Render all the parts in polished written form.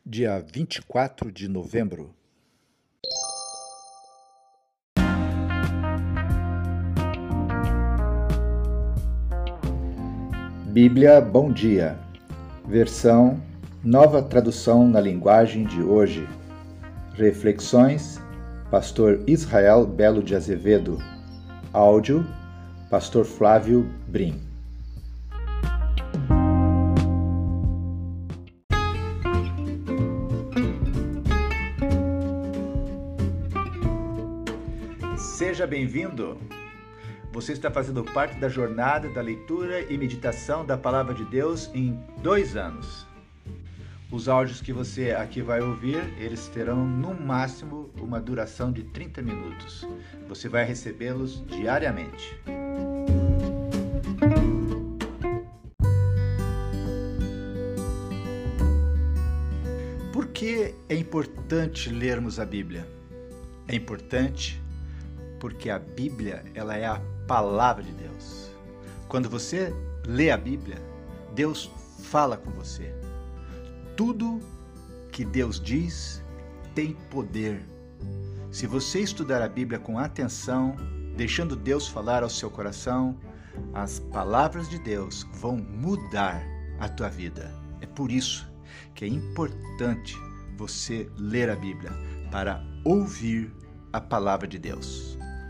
Dia 24 de novembro. Bíblia Bom Dia, versão Nova Tradução na Linguagem de Hoje. Reflexões, Pastor Israel Belo de Azevedo. Áudio, Pastor Flávio Brim. Seja bem-vindo! Você está fazendo parte da jornada da leitura e meditação da Palavra de Deus em 2 anos. Os áudios que você aqui vai ouvir, eles terão no máximo uma duração de 30 minutos. Você vai recebê-los diariamente. Por que é importante lermos a Bíblia? É importante porque a Bíblia, ela é a palavra de Deus. Quando você lê a Bíblia, Deus fala com você. Tudo que Deus diz tem poder. Se você estudar a Bíblia com atenção, deixando Deus falar ao seu coração, as palavras de Deus vão mudar a tua vida. É por isso que é importante você ler a Bíblia, para ouvir a palavra de Deus.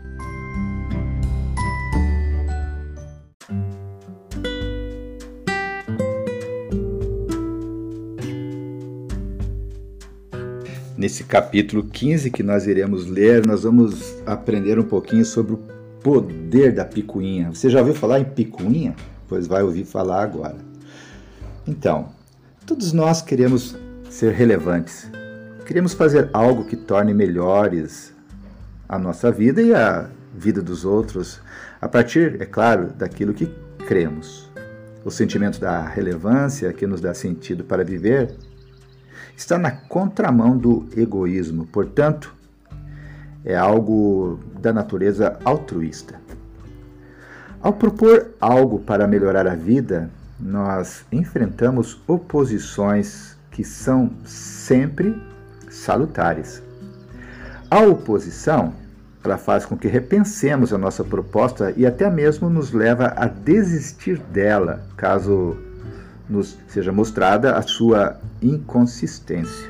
Nesse capítulo 15 que nós iremos ler, nós vamos aprender um pouquinho sobre o poder da picuinha. Você já ouviu falar em picuinha? Pois vai ouvir falar agora. Então, todos nós queremos ser relevantes. Queremos fazer algo que torne melhores a nossa vida e a vida dos outros, a partir, é claro, daquilo que cremos. O sentimento da relevância, que nos dá sentido para viver, está na contramão do egoísmo, portanto, é algo da natureza altruísta. Ao propor algo para melhorar a vida, nós enfrentamos oposições que são sempre salutares. A oposição, ela faz com que repensemos a nossa proposta e até mesmo nos leva a desistir dela, caso nos seja mostrada a sua inconsistência.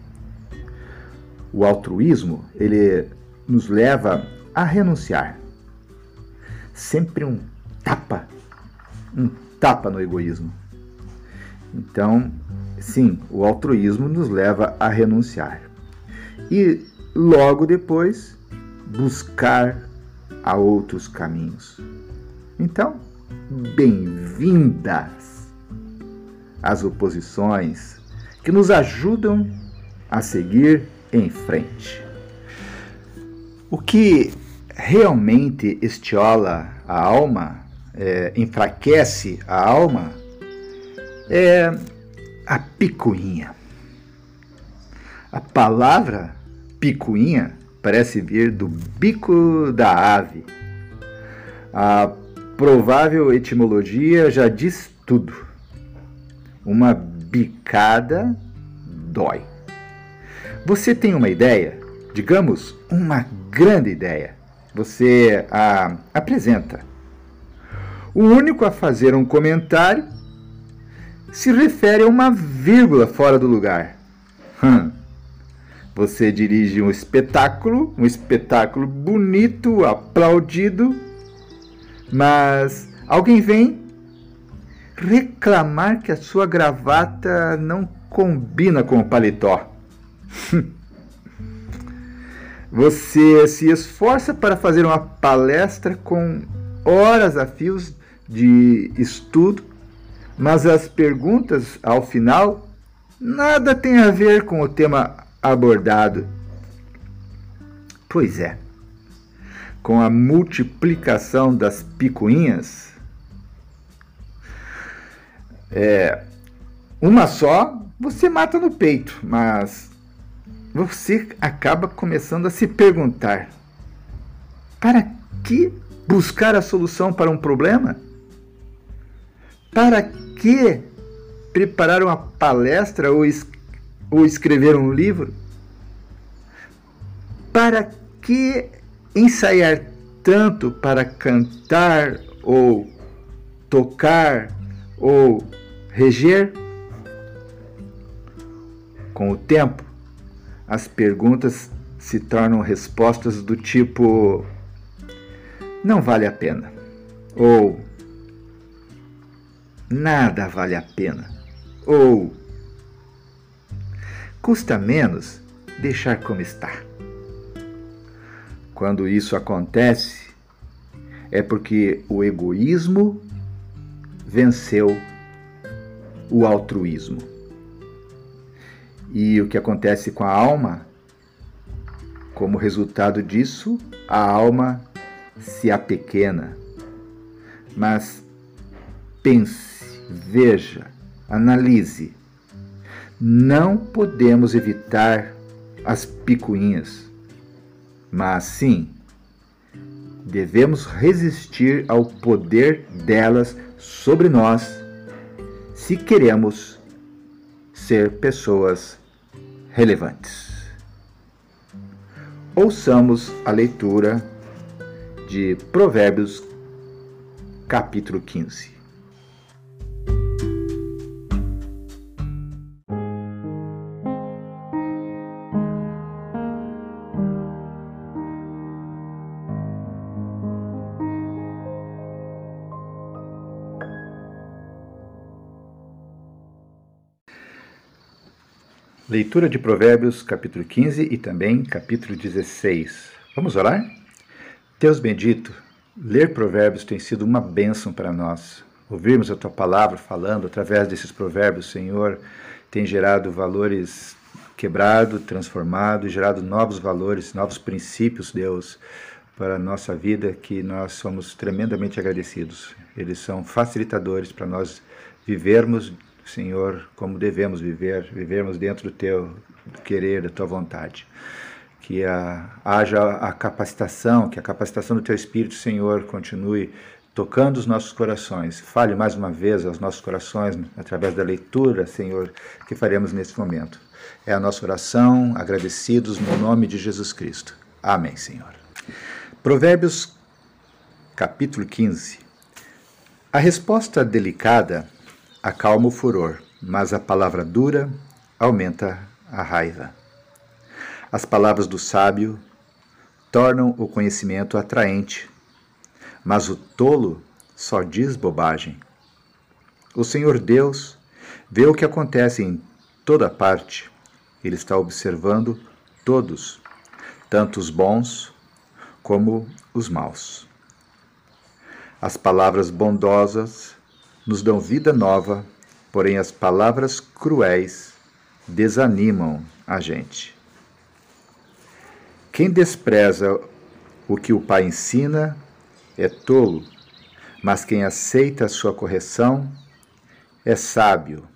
O altruísmo, ele nos leva a renunciar. Sempre um tapa no egoísmo. Então, sim, o altruísmo nos leva a renunciar. E logo depois, buscar a outros caminhos. Então, bem-vindas as oposições que nos ajudam a seguir em frente. O que realmente estiola a alma, enfraquece a alma, é a picuinha. A palavra picuinha parece vir do bico da ave. A provável etimologia já diz tudo. Uma bicada dói. Você tem uma ideia? Digamos, uma grande ideia. Você a apresenta. O único a fazer um comentário se refere a uma vírgula fora do lugar. Você dirige um espetáculo bonito, aplaudido, mas alguém vem reclamar que a sua gravata não combina com o paletó. Você se esforça para fazer uma palestra com horas a fios de estudo, mas as perguntas, ao final, nada tem a ver com o tema abordado. Pois é, com a multiplicação das picuinhas, uma só você mata no peito, mas você acaba começando a se perguntar: para que buscar a solução para um problema? Para que preparar uma palestra ou ou escrever um livro? Para que ensaiar tanto para cantar ou tocar ou reger? Com o tempo, as perguntas se tornam respostas do tipo: não vale a pena, ou nada vale a pena, ou custa menos deixar como está. Quando isso acontece, é porque o egoísmo venceu o altruísmo. E o que acontece com a alma? Como resultado disso, a alma se apequena. Mas pense, veja, analise. Não podemos evitar as picuinhas, mas sim, devemos resistir ao poder delas sobre nós se queremos ser pessoas relevantes. Ouçamos a leitura de Provérbios, capítulo 15. Leitura de Provérbios, capítulo 15 e também capítulo 16. Vamos orar? Deus bendito, ler Provérbios tem sido uma bênção para nós. Ouvirmos a Tua palavra falando através desses provérbios, Senhor, tem gerado valores quebrados, transformados, gerado novos valores, novos princípios, Deus, para a nossa vida, que nós somos tremendamente agradecidos. Eles são facilitadores para nós vivermos, Senhor, como devemos vivermos dentro do Teu querer, da Tua vontade. Que haja a capacitação, que a capacitação do Teu Espírito, Senhor, continue tocando os nossos corações. Fale mais uma vez aos nossos corações, através da leitura, Senhor, que faremos nesse momento. É a nossa oração, agradecidos no nome de Jesus Cristo. Amém, Senhor. Provérbios, capítulo 15. A resposta delicada acalma o furor, mas a palavra dura aumenta a raiva. As palavras do sábio tornam o conhecimento atraente, mas o tolo só diz bobagem. O Senhor Deus vê o que acontece em toda parte. Ele está observando todos, tanto os bons como os maus. As palavras bondosas nos dão vida nova, porém as palavras cruéis desanimam a gente. Quem despreza o que o pai ensina é tolo, mas quem aceita a sua correção é sábio.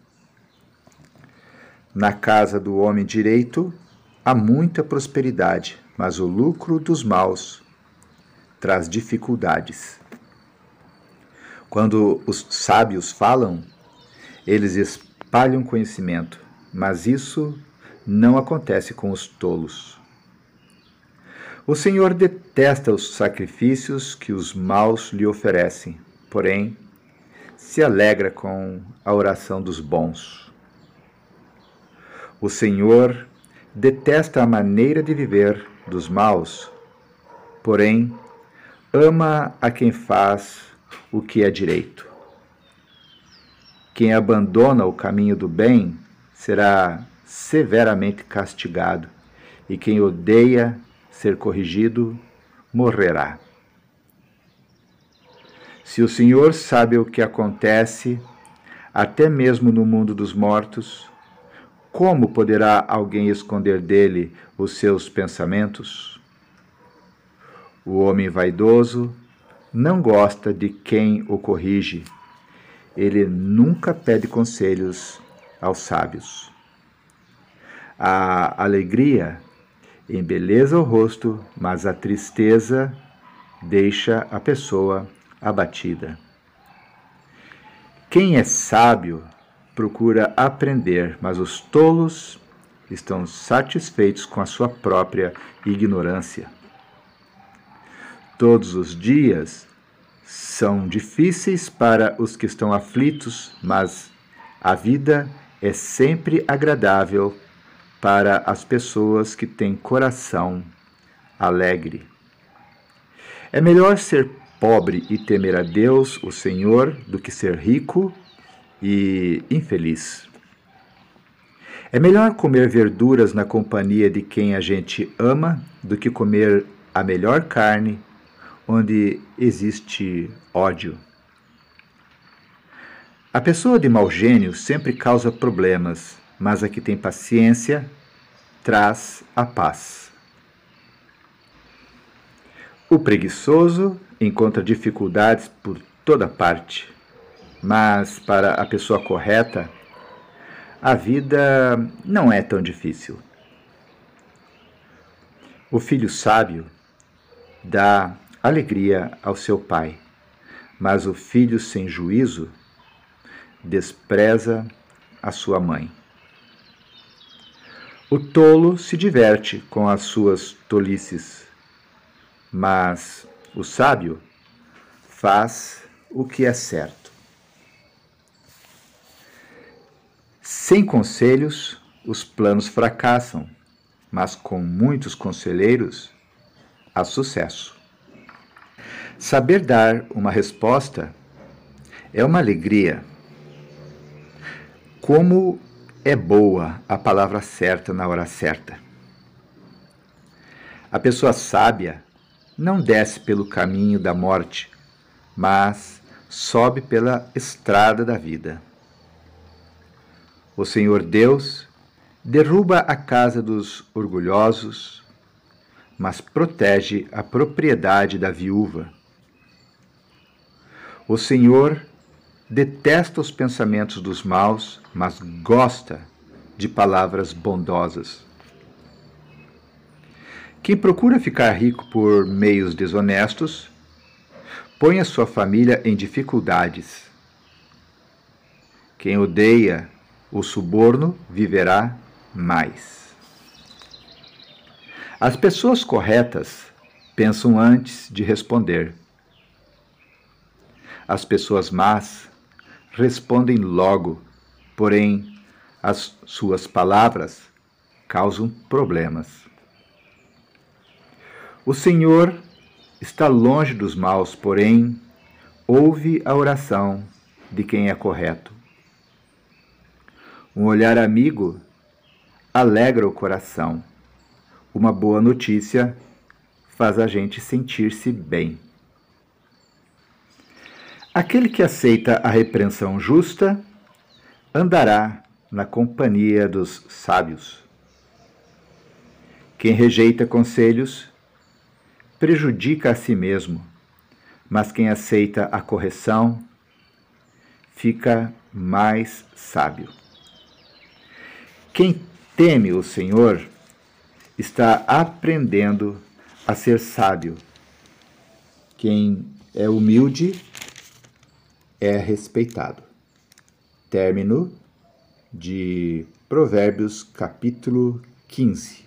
Na casa do homem direito há muita prosperidade, mas o lucro dos maus traz dificuldades. Quando os sábios falam, eles espalham conhecimento, mas isso não acontece com os tolos. O Senhor detesta os sacrifícios que os maus lhe oferecem, porém, se alegra com a oração dos bons. O Senhor detesta a maneira de viver dos maus, porém, ama a quem faz o que é direito. Quem abandona o caminho do bem será severamente castigado, e quem odeia ser corrigido morrerá. Se o Senhor sabe o que acontece, até mesmo no mundo dos mortos, como poderá alguém esconder dele os seus pensamentos? O homem vaidoso não gosta de quem o corrige. Ele nunca pede conselhos aos sábios. A alegria embeleza o rosto, mas a tristeza deixa a pessoa abatida. Quem é sábio procura aprender, mas os tolos estão satisfeitos com a sua própria ignorância. Todos os dias são difíceis para os que estão aflitos, mas a vida é sempre agradável para as pessoas que têm coração alegre. É melhor ser pobre e temer a Deus, o Senhor, do que ser rico e infeliz. É melhor comer verduras na companhia de quem a gente ama do que comer a melhor carne onde existe ódio. A pessoa de mau gênio sempre causa problemas, mas a que tem paciência traz a paz. O preguiçoso encontra dificuldades por toda parte, mas para a pessoa correta, a vida não é tão difícil. O filho sábio dá alegria ao seu pai, mas o filho sem juízo despreza a sua mãe. O tolo se diverte com as suas tolices, mas o sábio faz o que é certo. Sem conselhos, os planos fracassam, mas com muitos conselheiros, há sucesso. Saber dar uma resposta é uma alegria. Como é boa a palavra certa na hora certa. A pessoa sábia não desce pelo caminho da morte, mas sobe pela estrada da vida. O Senhor Deus derruba a casa dos orgulhosos, mas protege a propriedade da viúva. O Senhor detesta os pensamentos dos maus, mas gosta de palavras bondosas. Quem procura ficar rico por meios desonestos, põe a sua família em dificuldades. Quem odeia o suborno viverá mais. As pessoas corretas pensam antes de responder. As pessoas más respondem logo, porém as suas palavras causam problemas. O Senhor está longe dos maus, porém ouve a oração de quem é correto. Um olhar amigo alegra o coração. Uma boa notícia faz a gente sentir-se bem. Aquele que aceita a repreensão justa andará na companhia dos sábios. Quem rejeita conselhos prejudica a si mesmo, mas quem aceita a correção fica mais sábio. Quem teme o Senhor está aprendendo a ser sábio. Quem é humilde é respeitado. Término de Provérbios, capítulo 15.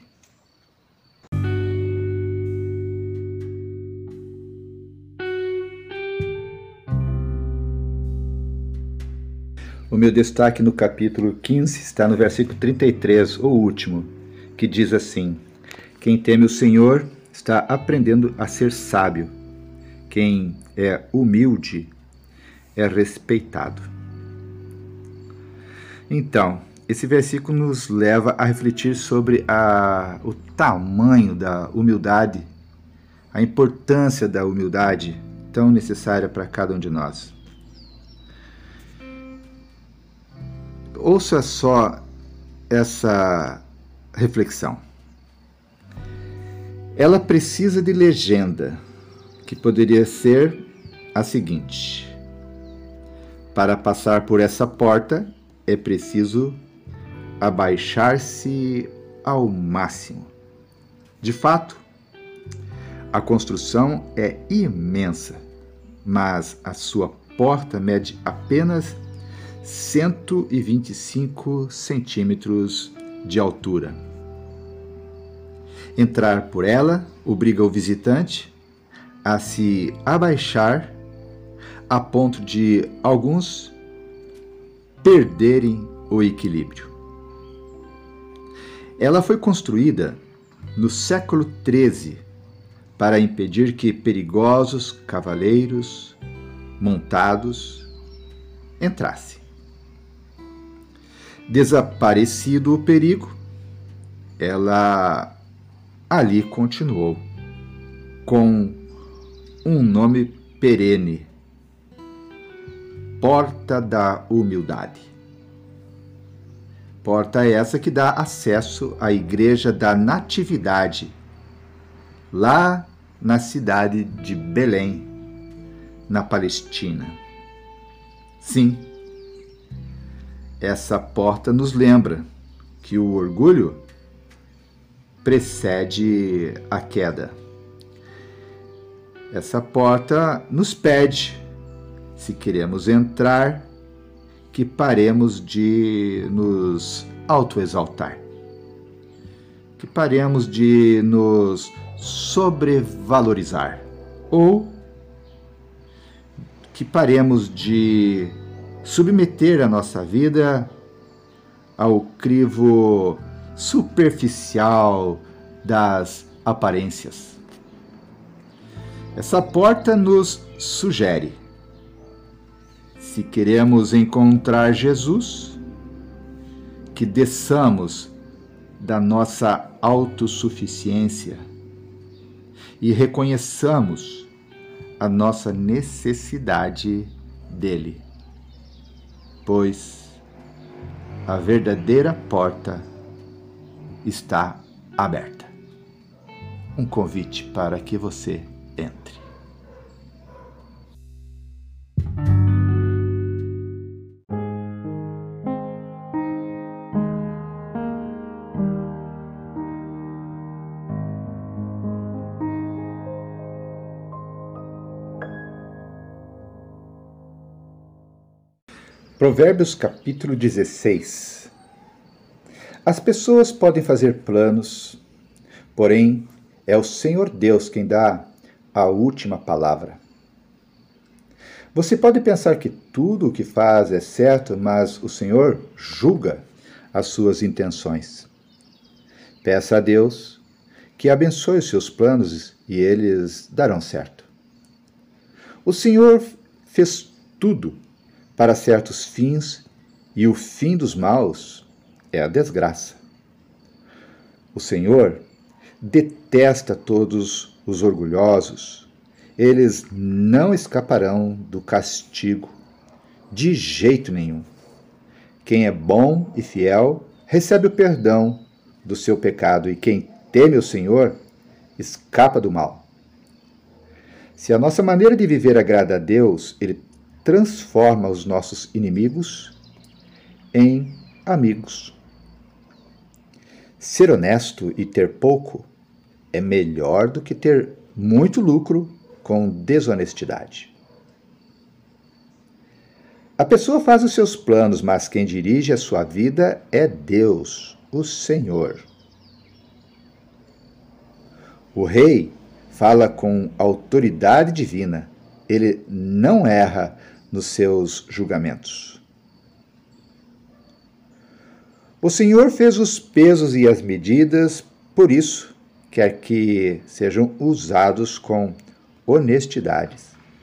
O meu destaque no capítulo 15 está no versículo 33, o último, que diz assim: quem teme o Senhor está aprendendo a ser sábio. Quem é humilde é respeitado. Então, esse versículo nos leva a refletir sobre o tamanho da humildade, a importância da humildade tão necessária para cada um de nós. Ouça só essa reflexão. Ela precisa de legenda, que poderia ser a seguinte: para passar por essa porta é preciso abaixar-se ao máximo. De fato, a construção é imensa, mas a sua porta mede apenas 125 centímetros de altura. Entrar por ela obriga o visitante a se abaixar a ponto de alguns perderem o equilíbrio. Ela foi construída no século XIII para impedir que perigosos cavaleiros montados entrassem. Desaparecido o perigo, ela ali continuou, com um nome perene: Porta da Humildade. Porta essa que dá acesso à Igreja da Natividade, lá na cidade de Belém, na Palestina. Sim, essa porta nos lembra que o orgulho precede a queda. Essa porta nos pede, se queremos entrar, que paremos de nos autoexaltar, que paremos de nos sobrevalorizar, ou que paremos de submeter a nossa vida ao crivo superficial das aparências. Essa porta nos sugere: se queremos encontrar Jesus, que desçamos da nossa autossuficiência e reconheçamos a nossa necessidade dele, pois a verdadeira porta está aberta. Um convite para que você entre. Provérbios capítulo 16. As pessoas podem fazer planos, porém é o Senhor Deus quem dá a última palavra. Você pode pensar que tudo o que faz é certo, mas o Senhor julga as suas intenções. Peça a Deus que abençoe os seus planos e eles darão certo. O Senhor fez tudo para certos fins, e o fim dos maus é a desgraça. O Senhor detesta todos os orgulhosos. Eles não escaparão do castigo, de jeito nenhum. Quem é bom e fiel recebe o perdão do seu pecado, e quem teme o Senhor escapa do mal. Se a nossa maneira de viver agrada a Deus, Ele transforma os nossos inimigos em amigos. Ser honesto e ter pouco é melhor do que ter muito lucro com desonestidade. A pessoa faz os seus planos, mas quem dirige a sua vida é Deus, o Senhor. O rei fala com autoridade divina. Ele não erra nos seus julgamentos. O Senhor fez os pesos e as medidas, por isso quer que sejam usados com honestidade.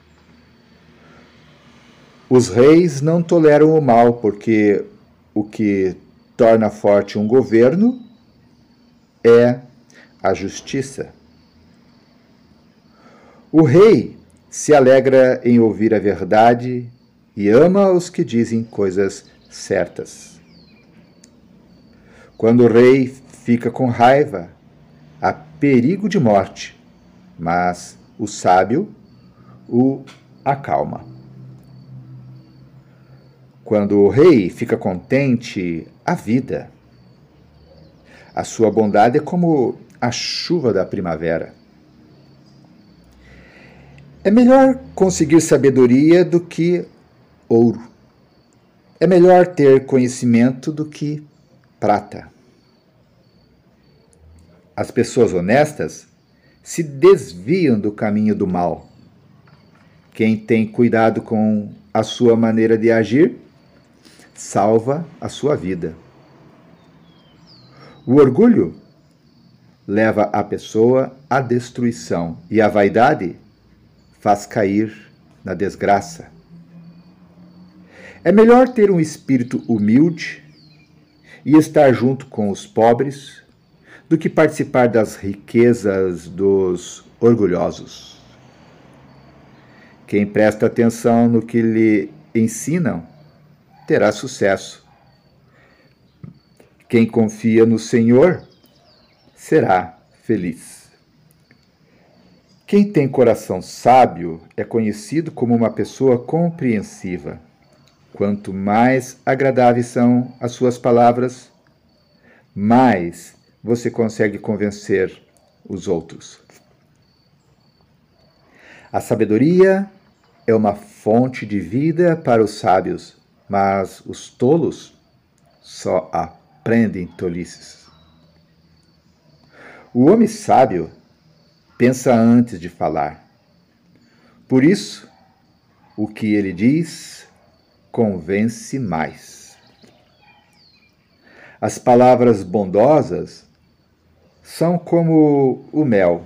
Os reis não toleram o mal, porque o que torna forte um governo é a justiça. O rei se alegra em ouvir a verdade e ama os que dizem coisas certas. Quando o rei fica com raiva, há perigo de morte, mas o sábio o acalma. Quando o rei fica contente, há vida. A sua bondade é como a chuva da primavera. É melhor conseguir sabedoria do que ouro. É melhor ter conhecimento do que prata. As pessoas honestas se desviam do caminho do mal. Quem tem cuidado com a sua maneira de agir, salva a sua vida. O orgulho leva a pessoa à destruição e a vaidade faz cair na desgraça. É melhor ter um espírito humilde e estar junto com os pobres do que participar das riquezas dos orgulhosos. Quem presta atenção no que lhe ensinam terá sucesso. Quem confia no Senhor será feliz. Quem tem coração sábio é conhecido como uma pessoa compreensiva. Quanto mais agradáveis são as suas palavras, mais você consegue convencer os outros. A sabedoria é uma fonte de vida para os sábios, mas os tolos só aprendem tolices. O homem sábio pensa antes de falar. Por isso, o que ele diz convence mais. As palavras bondosas são como o mel,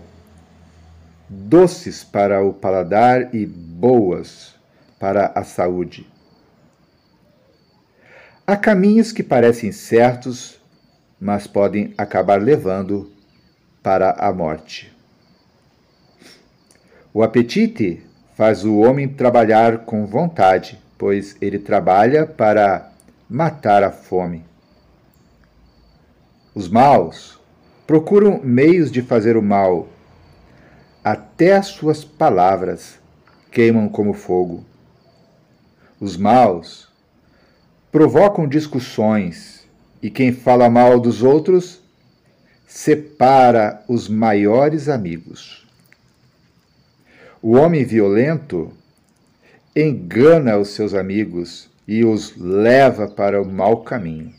doces para o paladar e boas para a saúde. Há caminhos que parecem certos, mas podem acabar levando para a morte. O apetite faz o homem trabalhar com vontade, pois ele trabalha para matar a fome. Os maus procuram meios de fazer o mal. Até as suas palavras queimam como fogo. Os maus provocam discussões, e quem fala mal dos outros separa os maiores amigos. O homem violento engana os seus amigos e os leva para o mau caminho.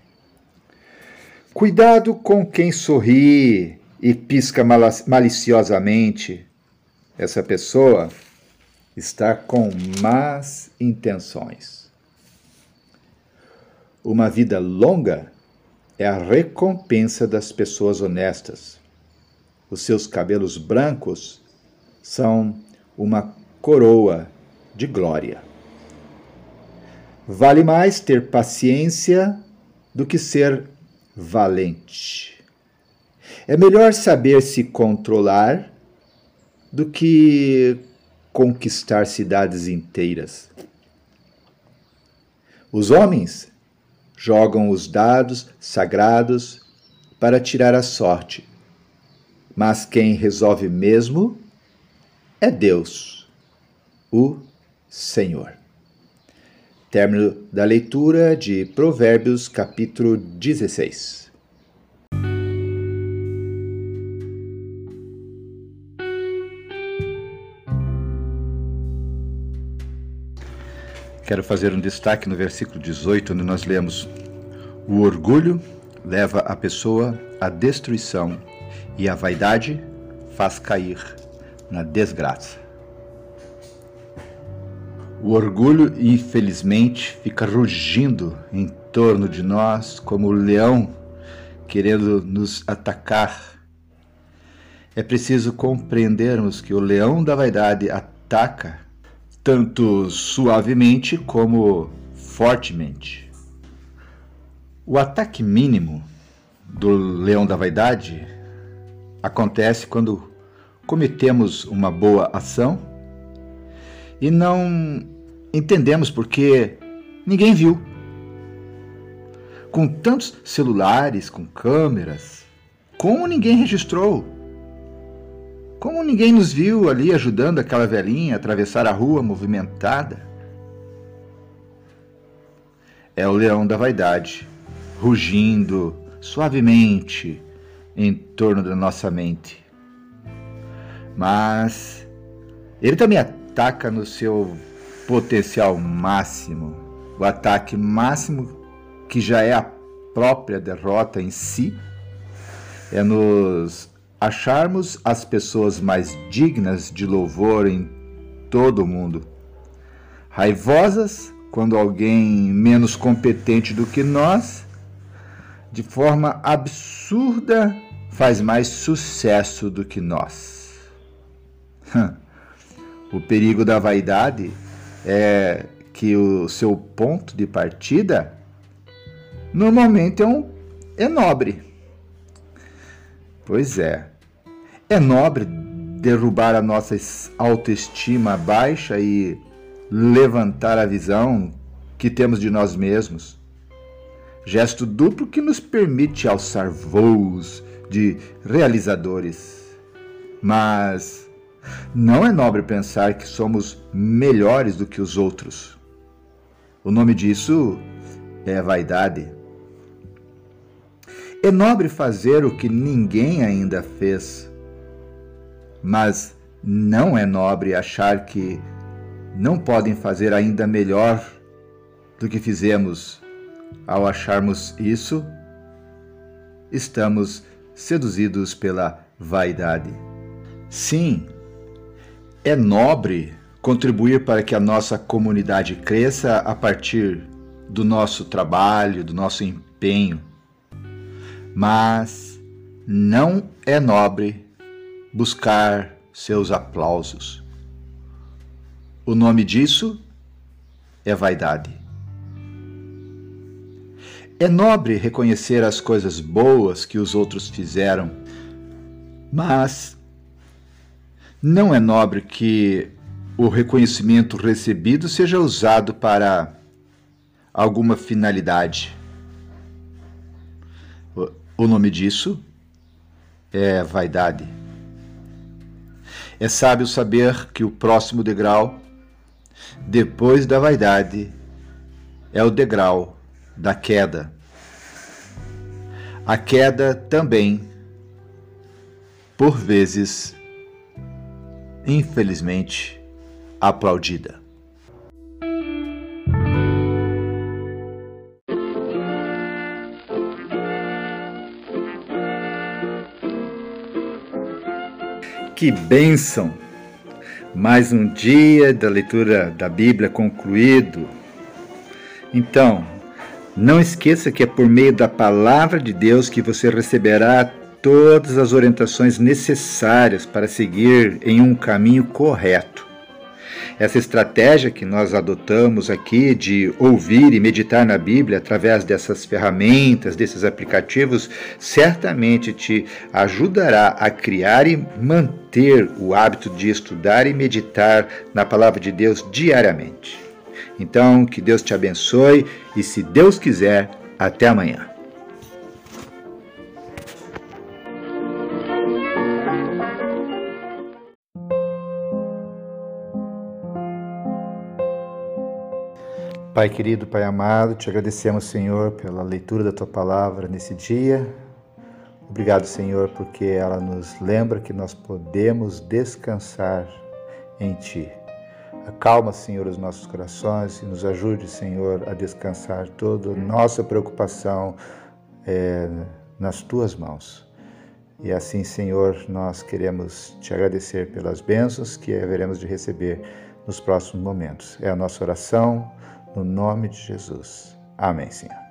Cuidado com quem sorri e pisca maliciosamente. Essa pessoa está com más intenções. Uma vida longa é a recompensa das pessoas honestas. Os seus cabelos brancos são uma coroa de glória. Vale mais ter paciência do que ser valente. É melhor saber se controlar do que conquistar cidades inteiras. Os homens jogam os dados sagrados para tirar a sorte, mas quem resolve mesmo é Deus, o Senhor. Término da leitura de Provérbios, capítulo 16. Quero fazer um destaque no versículo 18, onde nós lemos: o orgulho leva a pessoa à destruição e a vaidade faz cair na desgraça. O orgulho, infelizmente, fica rugindo em torno de nós como um leão querendo nos atacar. É preciso compreendermos que o leão da vaidade ataca tanto suavemente como fortemente. O ataque mínimo do leão da vaidade acontece quando cometemos uma boa ação e não entendemos porque ninguém viu. Com tantos celulares, com câmeras, como ninguém registrou? Como ninguém nos viu ali ajudando aquela velhinha a atravessar a rua movimentada? É o leão da vaidade, rugindo suavemente em torno da nossa mente. Mas ele também ataca no seu potencial máximo, o ataque máximo que já é a própria derrota em si, é nos acharmos as pessoas mais dignas de louvor em todo o mundo. Raivosas quando alguém menos competente do que nós, de forma absurda, faz mais sucesso do que nós. O perigo da vaidade é que o seu ponto de partida normalmente é nobre. Pois é nobre derrubar a nossa autoestima baixa e levantar a visão que temos de nós mesmos. Gesto duplo que nos permite alçar voos de realizadores. Mas não é nobre pensar que somos melhores do que os outros. O nome disso é vaidade. É nobre fazer o que ninguém ainda fez. Mas não é nobre achar que não podem fazer ainda melhor do que fizemos. Ao acharmos isso, estamos seduzidos pela vaidade. Sim, é nobre contribuir para que a nossa comunidade cresça a partir do nosso trabalho, do nosso empenho. Mas não é nobre buscar seus aplausos. O nome disso é vaidade. É nobre reconhecer as coisas boas que os outros fizeram, mas não é nobre que o reconhecimento recebido seja usado para alguma finalidade. O nome disso é vaidade. É sábio saber que o próximo degrau, depois da vaidade, é o degrau da queda. A queda também, por vezes, infelizmente, aplaudida. Que bênção! Mais um dia da leitura da Bíblia concluído. Então, não esqueça que é por meio da palavra de Deus que você receberá todas as orientações necessárias para seguir em um caminho correto. Essa estratégia que nós adotamos aqui de ouvir e meditar na Bíblia através dessas ferramentas, desses aplicativos, certamente te ajudará a criar e manter o hábito de estudar e meditar na palavra de Deus diariamente. Então, que Deus te abençoe e, se Deus quiser, até amanhã. Pai querido, Pai amado, te agradecemos, Senhor, pela leitura da Tua Palavra nesse dia. Obrigado, Senhor, porque ela nos lembra que nós podemos descansar em Ti. Acalma, Senhor, os nossos corações e nos ajude, Senhor, a descansar toda a nossa preocupação nas Tuas mãos. E assim, Senhor, nós queremos Te agradecer pelas bênçãos que haveremos de receber nos próximos momentos. É a nossa oração, no nome de Jesus. Amém, Senhor.